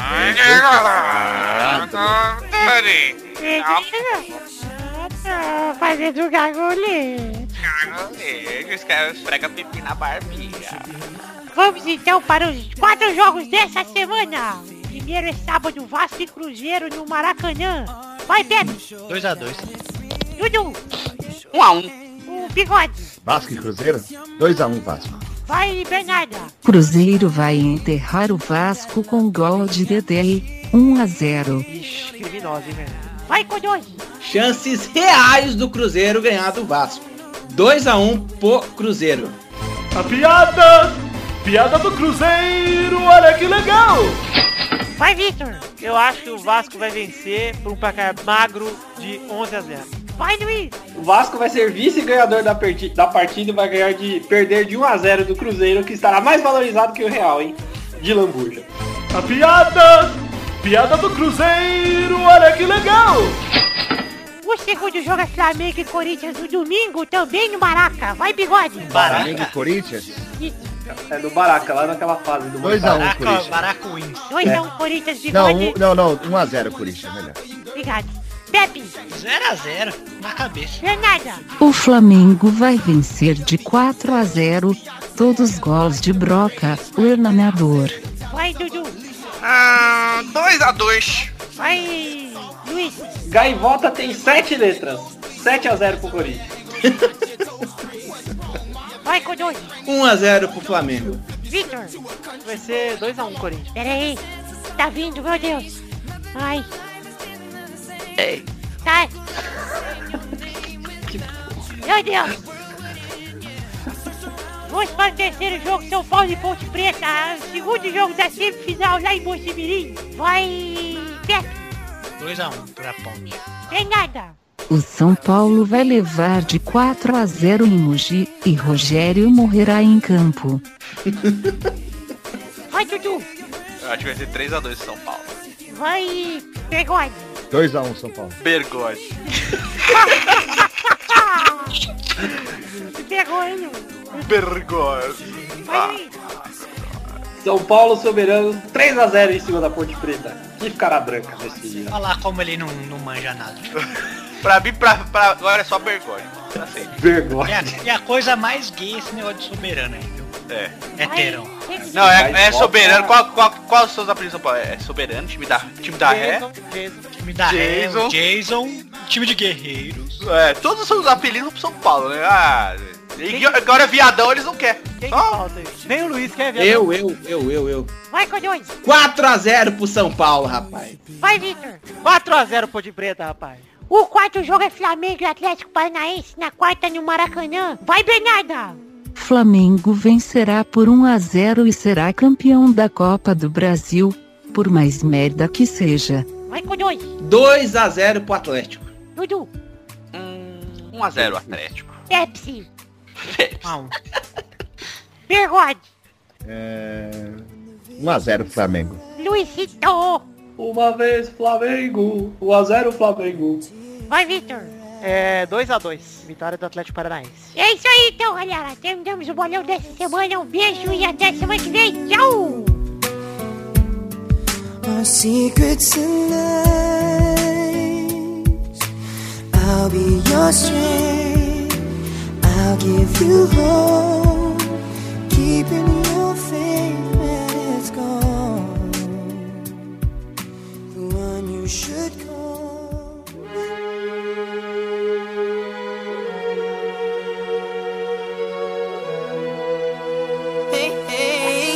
Ah, fazendo gargulho. Os caras esfregam pipi na barbinha. Vamos então para os quatro jogos dessa semana. Primeiro é sábado, Vasco e Cruzeiro no Maracanã. Vai, Pepe. dois a dois. Dudu. Um a um. O Bigode. Vasco e Cruzeiro? dois a um Vasco. Vai, Bernarda. Cruzeiro vai enterrar o Vasco com gol de Dedé. um a zero. Ixi, criminosa, hein, velho. Vai, Codoso. Chances reais do Cruzeiro ganhar do Vasco. dois a um pro Cruzeiro. A piada! Piada do Cruzeiro, olha que legal! Vai, Victor. Eu acho que o Vasco vai vencer por um placar magro de onze a zero. Vai, Luiz. O Vasco vai ser vice-ganhador da, perti- da partida e vai ganhar de perder de um a zero do Cruzeiro, que estará mais valorizado que o Real, hein? De lambuja. A piada! Piada do Cruzeiro, olha que legal! O segundo jogo é Flamengo e Corinthians no domingo, também no Maraca. Vai, Bigode. Flamengo e Corinthians? Isso. É do Baraca, lá naquela fase do dois a um Baraca, Corinthians. Baraca wins. dois a um É. Corinthians, Não, Bigode. um, não, não, um a zero Corinthians, melhor. Obrigado. Pepe. zero a zero na cabeça. Bernarda. O Flamengo vai vencer de quatro a zero. Todos gols de Broca, o Hernanador. Vai, Dudu. Ah, dois a dois. Vai, Luiz. Gaivota tem sete letras. sete a zero pro Corinthians. Vai, Codoso. um a zero pro Flamengo. Victor. Vai ser dois a um Corinthians. Pera aí. Tá vindo, meu Deus. Ai. Ei. Tá. Meu Deus. Vamos para o terceiro jogo, São Paulo e Ponte Preta. O segundo jogo da semifinal lá em Mojimirim. Vai... Pepe. dois a um pra Ponte. Tem nada. O São Paulo vai levar de quatro a zero em Mogi e Rogério morrerá em campo. Vai, Dudu. Eu acho que vai ser três a dois São Paulo. Vai, Bigode. dois a um São Paulo. Bergode. Pegou ele. Bergode. Vai, São Paulo soberano, três a zero em cima da Ponte Preta. Que ficará branca nesse dia. Olha lá como ele não, não manja nada. Pra mim, pra, pra agora é só Bergode. Tá certo. Vergonha. É a, é a coisa mais gay esse negócio de soberano aí, viu? É. Heterão. Não, é, é soberano. Qual, qual, qual os seus apelidos São Paulo? É soberano, time da, time da ré. Jason, Jason. Time da Ré, Jason. o Jason, time de guerreiros. É, todos são os apelidos pro São Paulo, né? Ah, e agora viadão eles não querem. Quem que Só falta aí? Nem o Luiz quer ver. Eu, eu, eu, eu, eu. vai, Codões. quatro a zero pro São Paulo, rapaz. Vai, Vitor. quatro a zero Ponte Preta, rapaz. O quarto jogo é Flamengo e Atlético Paranaense na quarta no Maracanã. Vai, Bernarda. Flamengo vencerá por um a zero e será campeão da Copa do Brasil, por mais merda que seja. Vai, Codões. dois a zero pro Atlético. Dudu. Hum, um a zero Atlético. Pepsi. um a um. Bigode. É... um a zero Flamengo. Luizito. Uma vez Flamengo, um a zero Flamengo. Vai, Vitor. É dois a dois. Vitória do Atlético Paranaense. É isso aí, então, galera. Terminamos o bolão dessa semana. Um beijo e até semana que vem. Tchau. Our secrets and lies. I'll be your strength. I'll give you hope. Keeping your faith when it's gone. The one you should call. Hey, hey.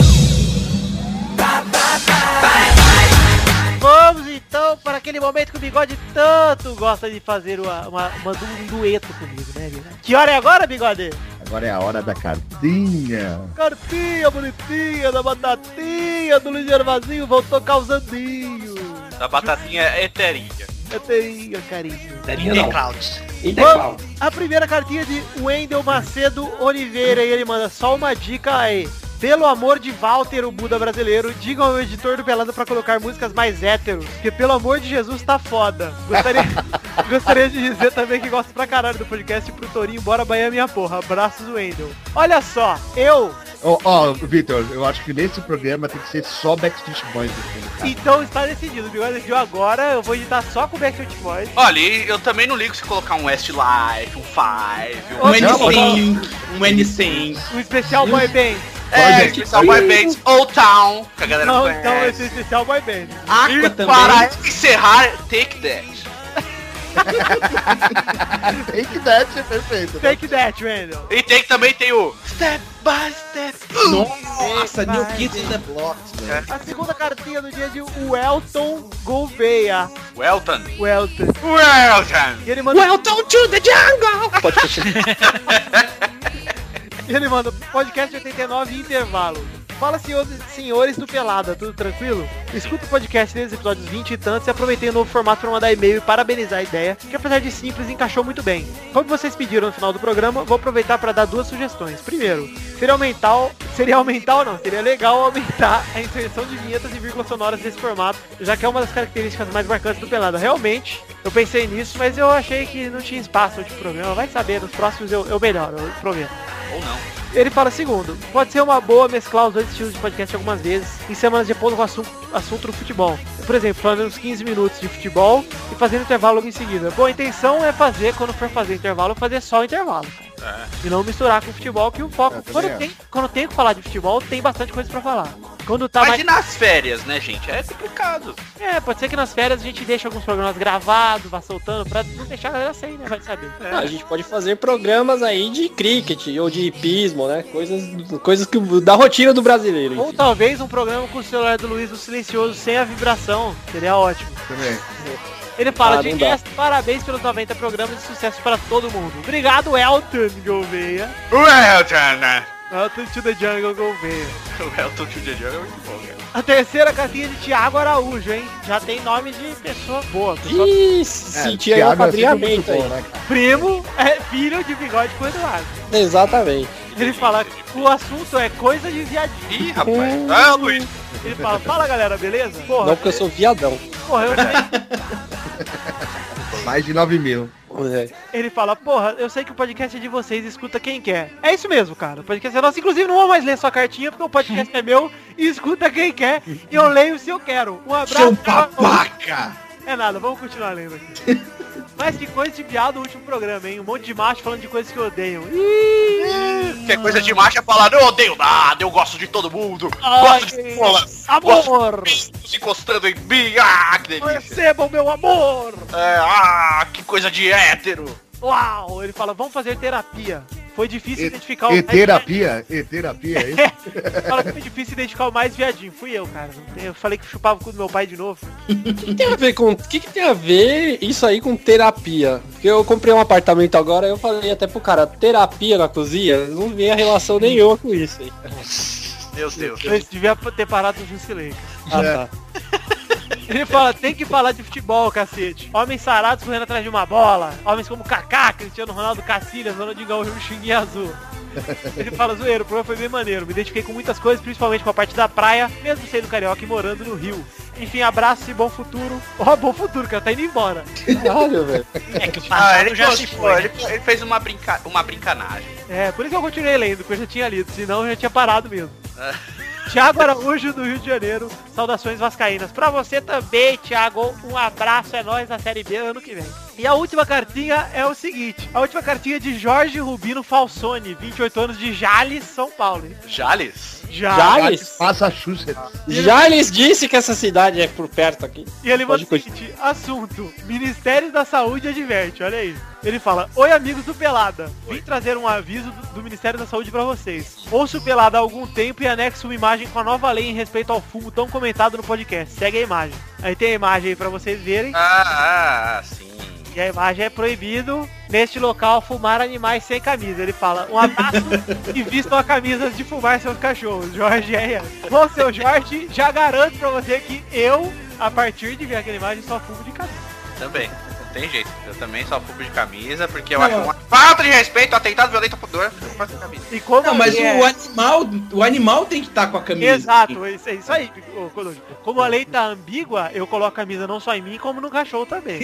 Vamos então para aquele momento que o Bigode tanto gosta de fazer uma, uma, uma du- um dueto comigo, né, Bigode? Que hora é agora, Bigode? Agora é a hora da cartinha. Cartinha bonitinha da batatinha do Luiz Gervazinho voltou causandinho. Da batatinha eterinha. Eterinha, carinho. Teria não. Clouds. Intervalo. A primeira cartinha de Wendel Macedo Oliveira e ele manda só uma dica aí. Pelo amor de Walter, o Buda brasileiro, diga ao editor do Pelada pra colocar músicas mais héteros, que pelo amor de Jesus tá foda. Gostaria, gostaria de dizer também que gosto pra caralho do podcast pro Torinho, bora Bahia minha porra. Abraços, Wendel. Olha só, eu... Ó, ó, Vitor, eu acho que nesse programa tem que ser só Backstreet Boys. Então está decidido, o Bigode decidiu agora, eu vou editar só com o Backstreet Boys. Olha, e eu também não ligo se colocar um Westlife, um Five, Um um... Não, N cinco, um N cinco. Um especial boy band. É, especial Boy Bands Old Town, que a galera Não, conhece. então esse especial boy band. Aqua E também. para encerrar, Take That. Take That é perfeito. Né? Take that, Wendel. E tem também tem o Step by Step. Nossa, New Kids in the Blocks, velho. A segunda cartinha do dia de Welton Gouveia. Welton. Welton. Welton. E ele manda... Welcome to the jungle! Pode continuar. E ele manda podcast oitenta e nove intervalo. Fala, senhores, senhores do Pelada, tudo tranquilo? Escuta o podcast desde os episódios vinte e tantos e aproveitei o novo formato para mandar e-mail e parabenizar a ideia, que apesar de simples, encaixou muito bem. Como vocês pediram no final do programa, vou aproveitar para dar duas sugestões. Primeiro, seria aumentar, seria aumentar ou não, seria legal aumentar a inserção de vinhetas e vírgulas sonoras desse formato, já que é uma das características mais marcantes do Pelada. Realmente, eu pensei nisso, mas eu achei que não tinha espaço no programa. Vai saber, nos próximos eu, eu melhoro, eu prometo. Ou não. Ele fala segundo, pode ser uma boa mesclar os dois estilos de podcast algumas vezes, em semanas de pouco com o assunto, assunto do futebol. Por exemplo, falando uns quinze minutos de futebol e fazendo intervalo logo em seguida. Bom, a intenção é fazer, quando for fazer intervalo, fazer só o intervalo, cara. É. E não misturar com o futebol, que o foco, É, quando, também tem, quando tem que falar de futebol, tem bastante coisa pra falar. Quando tá Mas mais... e nas férias, né, gente? É complicado. É, pode ser que nas férias a gente deixe alguns programas gravados, vá soltando, pra não deixar a galera sem, né? Vai saber. Ah, a gente pode fazer programas aí de cricket ou de hipismo, né? Coisas, coisas que, da rotina do brasileiro. Ou enfim. talvez um programa com o celular do Luiz, o silencioso, sem a vibração. Seria ótimo. Também. Ele fala, Ah, de não dá. resto, parabéns pelos noventa programas de sucesso para todo mundo. Obrigado, Elton Gouveia. Welton. Welcome to the Jungle Gouveia. Welcome to the Jungle é muito bom, cara. A terceira cartinha de Thiago Araújo, hein? Já tem nome de pessoa boa. Pessoa... Ih, sentia aí um apadrinhamento aí. Né, Primo é filho de Bigode com Eduardo. Exatamente. Ele fala que o assunto é coisa de viadinho. Ih, rapaz. Ah, Luiz. Ele fala, fala galera, beleza? Porra, Não, porque eu sou viadão. Porra, eu sei. Mais de nove mil. É. Ele fala, porra, eu sei que o podcast é de vocês, escuta quem quer. É isso mesmo, cara. O podcast é nosso. Inclusive, não vou mais ler sua cartinha, porque o podcast é meu e escuta quem quer. E eu leio se eu quero. Um abraço. Seu babaca! É nada, vamos continuar lendo aqui. Mas que coisa de piada o último programa, hein? Um monte de macho falando de coisas que odeiam. Ih, que é coisa de macho é falar, eu odeio nada, eu gosto de todo mundo. Ai, gosto de bola. amor! Gosto de se encostando em mim. Ah, que delícia. Recebam meu amor! É, ah, que coisa de hétero. Uau! Ele fala, vamos fazer terapia. Foi difícil E, identificar o e mais terapia? E terapia, é isso? Fala que foi difícil identificar o mais viadinho. Fui eu, cara. Eu falei que chupava o cu do meu pai de novo. O que, que tem a ver com. O que, que tem a ver isso aí com terapia? Porque eu comprei um apartamento agora, eu falei até pro cara, terapia na cozinha, não vi a relação nenhuma com isso aí. Meu Deus. Eu devia ter parado no Jusilei. Ah, tá. Ele fala, tem que falar de futebol, cacete. Homens sarados correndo atrás de uma bola. Homens como Kaká, Cristiano Ronaldo, Cacilhas, Ronaldinho Gaúcho, Xinguinha Azul. Ele fala, zoeiro, o programa foi bem maneiro. Me identifiquei com muitas coisas, principalmente com a parte da praia, mesmo sendo carioca e morando no Rio. Enfim, abraço e bom futuro. Ó, oh, bom futuro, cara, tá indo embora. Caralho, velho. É que o passado Ah, ele, já gostou, se foi. ele, ele fez uma, brinca, uma brincanagem. É, por isso que eu continuei lendo, porque eu já tinha lido, senão eu já tinha parado mesmo. É. Thiago Araújo, do Rio de Janeiro. Saudações vascaínas. Pra você também, Thiago. Um abraço, é nóis na Série B ano que vem. E a última cartinha é o seguinte. A última cartinha é de Jorge Rubino Falsone, vinte e oito anos, de Jales, São Paulo. Hein? Jales? Jales? Massachusetts. Jales disse que essa cidade é por perto aqui. E ele manda Pode o seguinte, assunto, Ministério da Saúde adverte, olha aí. Ele fala, oi amigos do Pelada, vim trazer um aviso do, do Ministério da Saúde pra vocês. Ouço o Pelada há algum tempo e anexo uma imagem com a nova lei em respeito ao fumo tão comentado no podcast. Segue a imagem. Aí tem a imagem aí pra vocês verem. Ah, ah, sim. E a imagem é proibido neste local fumar animais sem camisa. Ele fala, um abraço e vistam a camisa de fumar seus cachorros. Jorge é. Bom, seu Jorge, já garanto pra você que eu, a partir de ver aquela imagem, só fumo de camisa. Também. Não tem jeito. Eu também só fumo de camisa, porque eu não. acho uma falta de respeito, atentado violento ao pudor. E como Não, mas é... o animal, o animal tem que estar com a camisa. Exato, é isso aí. Como a lei tá ambígua, eu coloco a camisa não só em mim, como no cachorro também.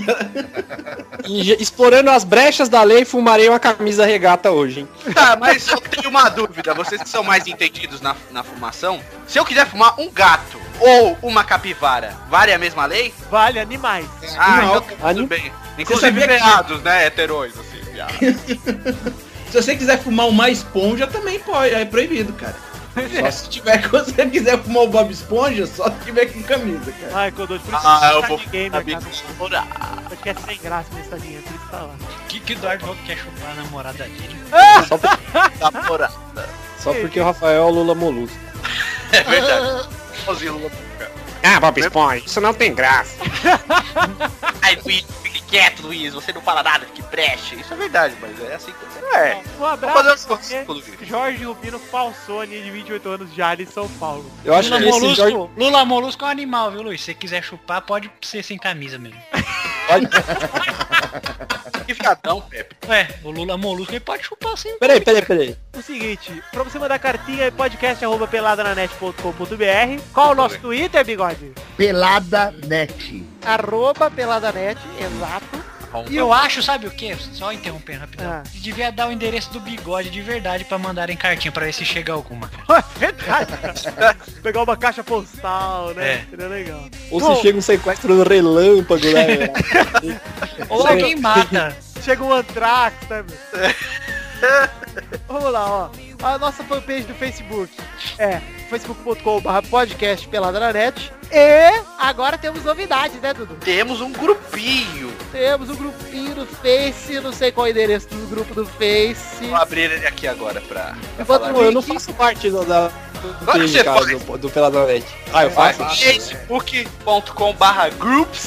E explorando as brechas da lei, fumarei uma camisa regata hoje, hein? Tá, mas eu tenho uma dúvida. Vocês que são mais entendidos na, na fumação, se eu quiser fumar um gato ou uma capivara, vale a mesma lei? Vale, animais. Ah, Não, então tudo anim... bem. Inclusive sabia que- veados, né? Heterões, assim, viados. Se você quiser fumar uma esponja, também pode, é proibido, cara. Só se tiver, se você quiser fumar o Bob Esponja, só se tiver com camisa, cara. Ai, Codô, por isso Ah, eu tá vou de gamer, cara. fumar. Podcast sem graça nesse estadinho, por isso tá lá. Que que o Eduardo falou que quer chupar a namorada dele? Só, por... Namorada. Só porque o Rafael é o Lula Molusco. É verdade. Sozinho, Lula. Ah, Bob Esponja, isso não tem graça. Ai, Luiz, fique quieto, Luiz. Você não fala nada, que breche. Isso é verdade, mas é assim que você é. Um abraço Vamos pra fazer você, um esforço. Jorge Rubino Falsone, de vinte e oito anos, Jales, São Paulo. Eu acho Lula que esse Molusco, Jorge... Lula Molusco é um animal, viu, Luiz? Se você quiser chupar, pode ser sem camisa mesmo. Pode... Que viadão, Pepe. Ué, o Lula Molusco ele pode chupar sem. Peraí, peraí, peraí. O seguinte, pra você mandar cartinha é podcast arroba peladananet ponto com ponto br. Qual o nosso Twitter, Bigode? Pelada Net. Arroba peladanet, exato. E eu acho, sabe o que? Só interrompendo rapidão. Ah. Devia dar o endereço do Bigode de verdade pra mandarem cartinha pra ver se chega alguma. Verdade, cara. Pegar uma caixa postal, né? É. Seria legal. Ou Bom, se chega um sequestro no relâmpago, né? Ou alguém mata. Chega um Antrax, né, meu? Vamos lá, ó. A nossa fanpage do Facebook é facebook ponto com barra podcast pelada na net. E agora temos novidades, né, Dudu? Temos um grupinho. Temos um grupinho no Face, não sei qual é o endereço do grupo do Face. Vou abrir ele aqui agora pra... pra Enquanto falar. o Eu não link- faço parte do, da, do, Claro que do, você cara, faz. do, do Peladonete. Ah, eu faço? facebook ponto com barra groups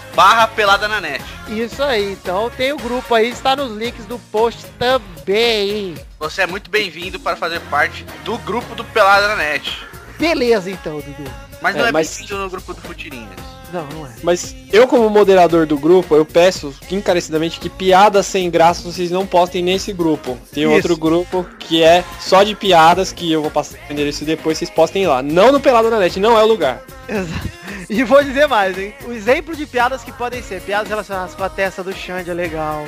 barra pelada na net. Isso aí, então tem o grupo aí, está nos links do post também. Você é muito bem-vindo para fazer parte do grupo do Pelada na Net. Beleza então, Dudu. Mas não É, é, mas- bem-vindo no grupo do Futirinhas. Não, não é. Mas eu, como moderador do grupo, eu peço encarecidamente que piadas sem graça vocês não postem nesse grupo. Tem Isso. outro grupo que é só de piadas, que eu vou passar o endereço depois, vocês postem lá. Não no Pelada na Net, não é o lugar. Exato. E vou dizer mais, hein? O exemplo de piadas que podem ser piadas relacionadas com a testa do Xande é legal.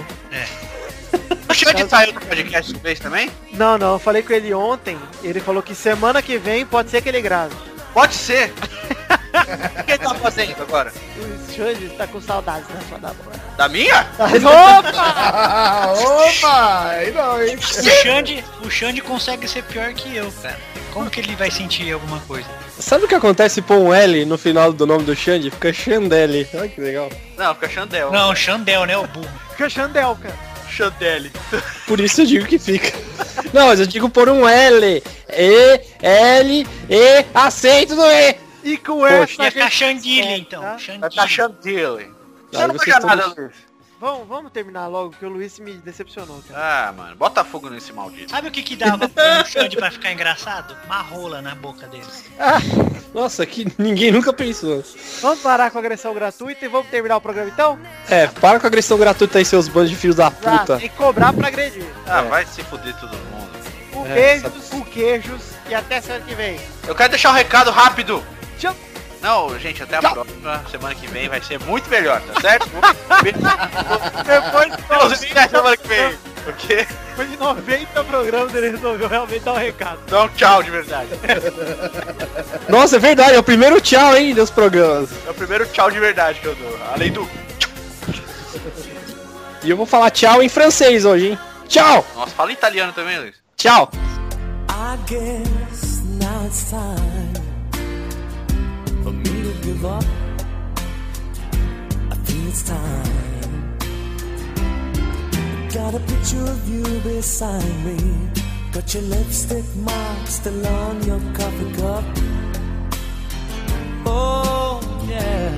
O Xande saiu do podcast uma vez também? Não, não, eu falei com ele ontem, ele falou que semana que vem pode ser que ele grave. Pode ser. O que ele tá fazendo agora? O Xande tá com saudades da sua namorada. Da minha? Opa! Opa! Aí não, hein? O Xande, o Xande consegue ser pior que eu, cara. Como que ele vai sentir alguma coisa? Sabe o que acontece se pôr um L no final do nome do Xande? Fica Xandele. Olha que legal. Não, fica Xandel. Não, Xandel, né, o burro. Fica Xandel, cara. Xandele. Por isso eu digo que fica. Não, mas eu digo por um L. E, L, E, aceito no E. E com essa Ia ficar gente Xandile, segue, então. tá? Vai Xandile. ficar Xandile. Você Aí não vocês pega nada, todos- Luiz. Vamos, vamos terminar logo, que o Luiz me decepcionou, cara. Ah, mano, bota fogo nesse maldito. Sabe o que que dava pro Xande pra ficar engraçado? Uma rola na boca dele. Nossa, que ninguém nunca pensou. Vamos parar com a agressão gratuita e vamos terminar o programa então? É, para com a agressão gratuita aí, seus bandos de filhos da Ah, puta. tem que cobrar pra agredir. Ah, É. vai se fuder todo mundo. Um É, beijos, um queijos e até semana que vem. Eu quero deixar um recado rápido. Tchau. Não, gente, até a próxima. Semana que vem vai ser muito melhor, tá certo? Depois Depois de até semana que vem. Porque depois de noventa programas ele resolveu realmente dar um recado. dá um tchau de verdade. Nossa, é verdade, é o primeiro tchau, hein, dos programas. É o primeiro tchau de verdade que eu dou. Além do. E eu vou falar tchau em francês hoje, hein. Tchau! Nossa, fala italiano também, Luiz. Tchau! I guess now it's time for me to give up. I think it's time. Got a picture of you beside me. Got your lipstick mark still on your coffee cup. Oh yeah.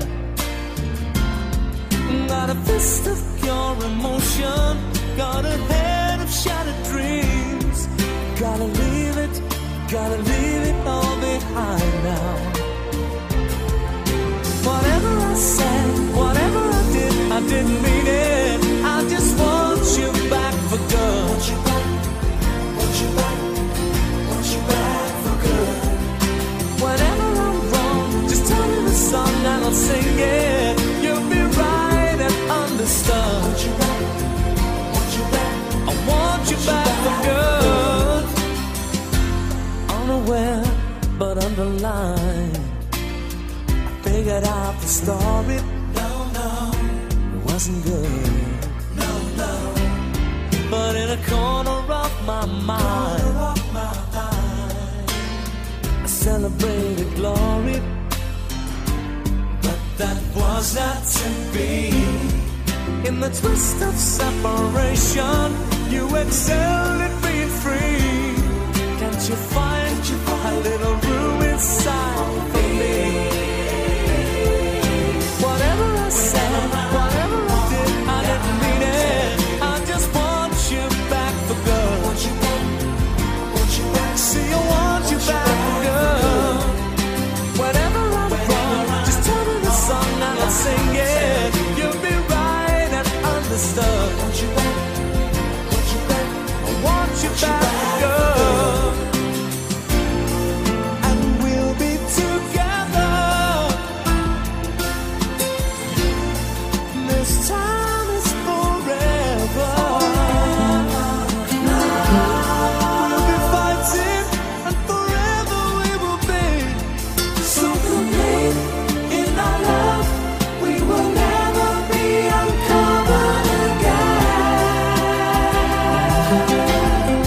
Got a fist of pure emotion. Got a head of shattered dreams. Gotta leave it, gotta leave it all behind now. Whatever I said, whatever I did, I didn't mean it. I just want you back for good. Want you back, want you back, want you back for good. Whenever I'm wrong, just tell me the song and I'll sing it. You'll be right and understood. Want you back, want you back, I want you back for good. Unaware, but underlined, I figured out the story. No, no, it wasn't good. No, no, but in a corner of my mind, of my mind I celebrated glory, but that was not to be. In the twist of separation, you excelled at being free. Can't you find a little room inside for me? Whatever I said, whatever I did, I didn't mean it. I just want you back for good. Want you back, want you back. See, I want you back for good. Whenever I'm wrong, just tell me the song and I'll sing it. You'll be right and understood. Want you back, want you back. I want you back for good. And we'll be together. This time is forever. We'll be fighting, and forever we will be so complete in our love. We will never be uncovered again.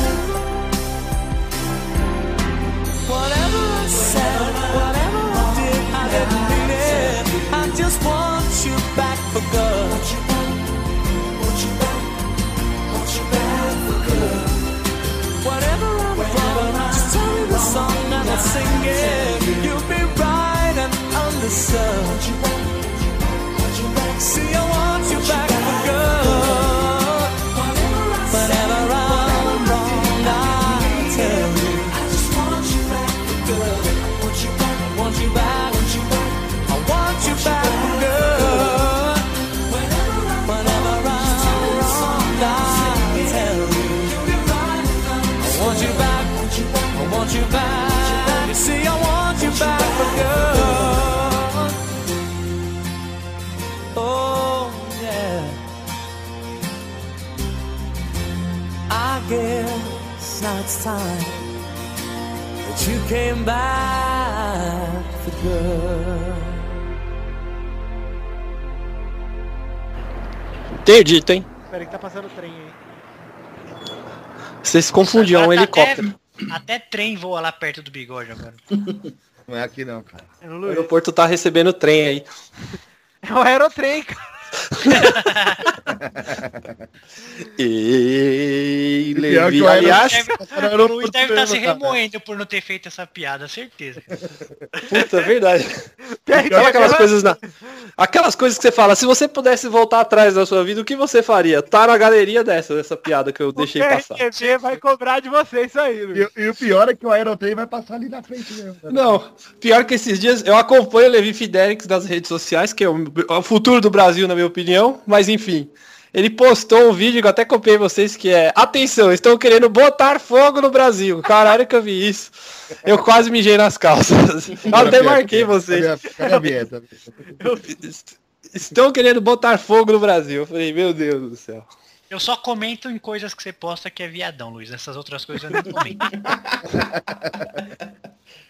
Whatever I said, whatever I did, I didn't mean it. I just want you back for good. Want you back, want you back, want you back for good. Whatever I'm wrong, just tell me the song and I'll sing it. You'll be right and understood. Want you back, want you back, See, I want you back for good. Whenever I'm wrong, I'll tell you. I just want you back for good. I want you back, I want you back, I want you back for good. Whenever I'm wrong, I'll tell you. I want you back, I want you back. You see, I want you back for good. Oh, yeah. I guess now it's time that you came back for good. Interdito, hein? Peraí que tá passando trem aí. Você se confundiu, é um Agora tá helicóptero. Até, até trem voa lá perto do bigode agora. Não é aqui não, cara. É no O Luiz. aeroporto tá recebendo trem aí. É o aerotrem, cara. E pior Levi, que o aliás, O Luiz deve estar se remoendo por não ter feito essa piada, certeza. puta, é verdade. Perde Sabe aquelas aquela- coisas na... Aquelas coisas que você fala, se você pudesse voltar atrás da sua vida, o que você faria? Tá na galeria dessa, dessa piada que eu deixei O passar. R Q B vai cobrar de você isso aí, Luiz. E, e o pior é que o aerotrem vai passar ali na frente mesmo. cara. Não, pior que esses dias eu acompanho o Levi Fidelix nas redes sociais, que é o, o futuro do Brasil, na minha opinião, mas enfim. Ele postou um vídeo que eu até copiei vocês, que é: atenção, estão querendo botar fogo no Brasil. Caralho que eu vi isso. Eu quase mijei nas calças. Eu até marquei vocês. Cadê a- cadê a vinheta? Eu fiz- Estão querendo botar fogo no Brasil. Eu falei, meu Deus do céu. Eu só comento em coisas que você posta que é viadão, Luiz. Essas outras coisas eu nem comento.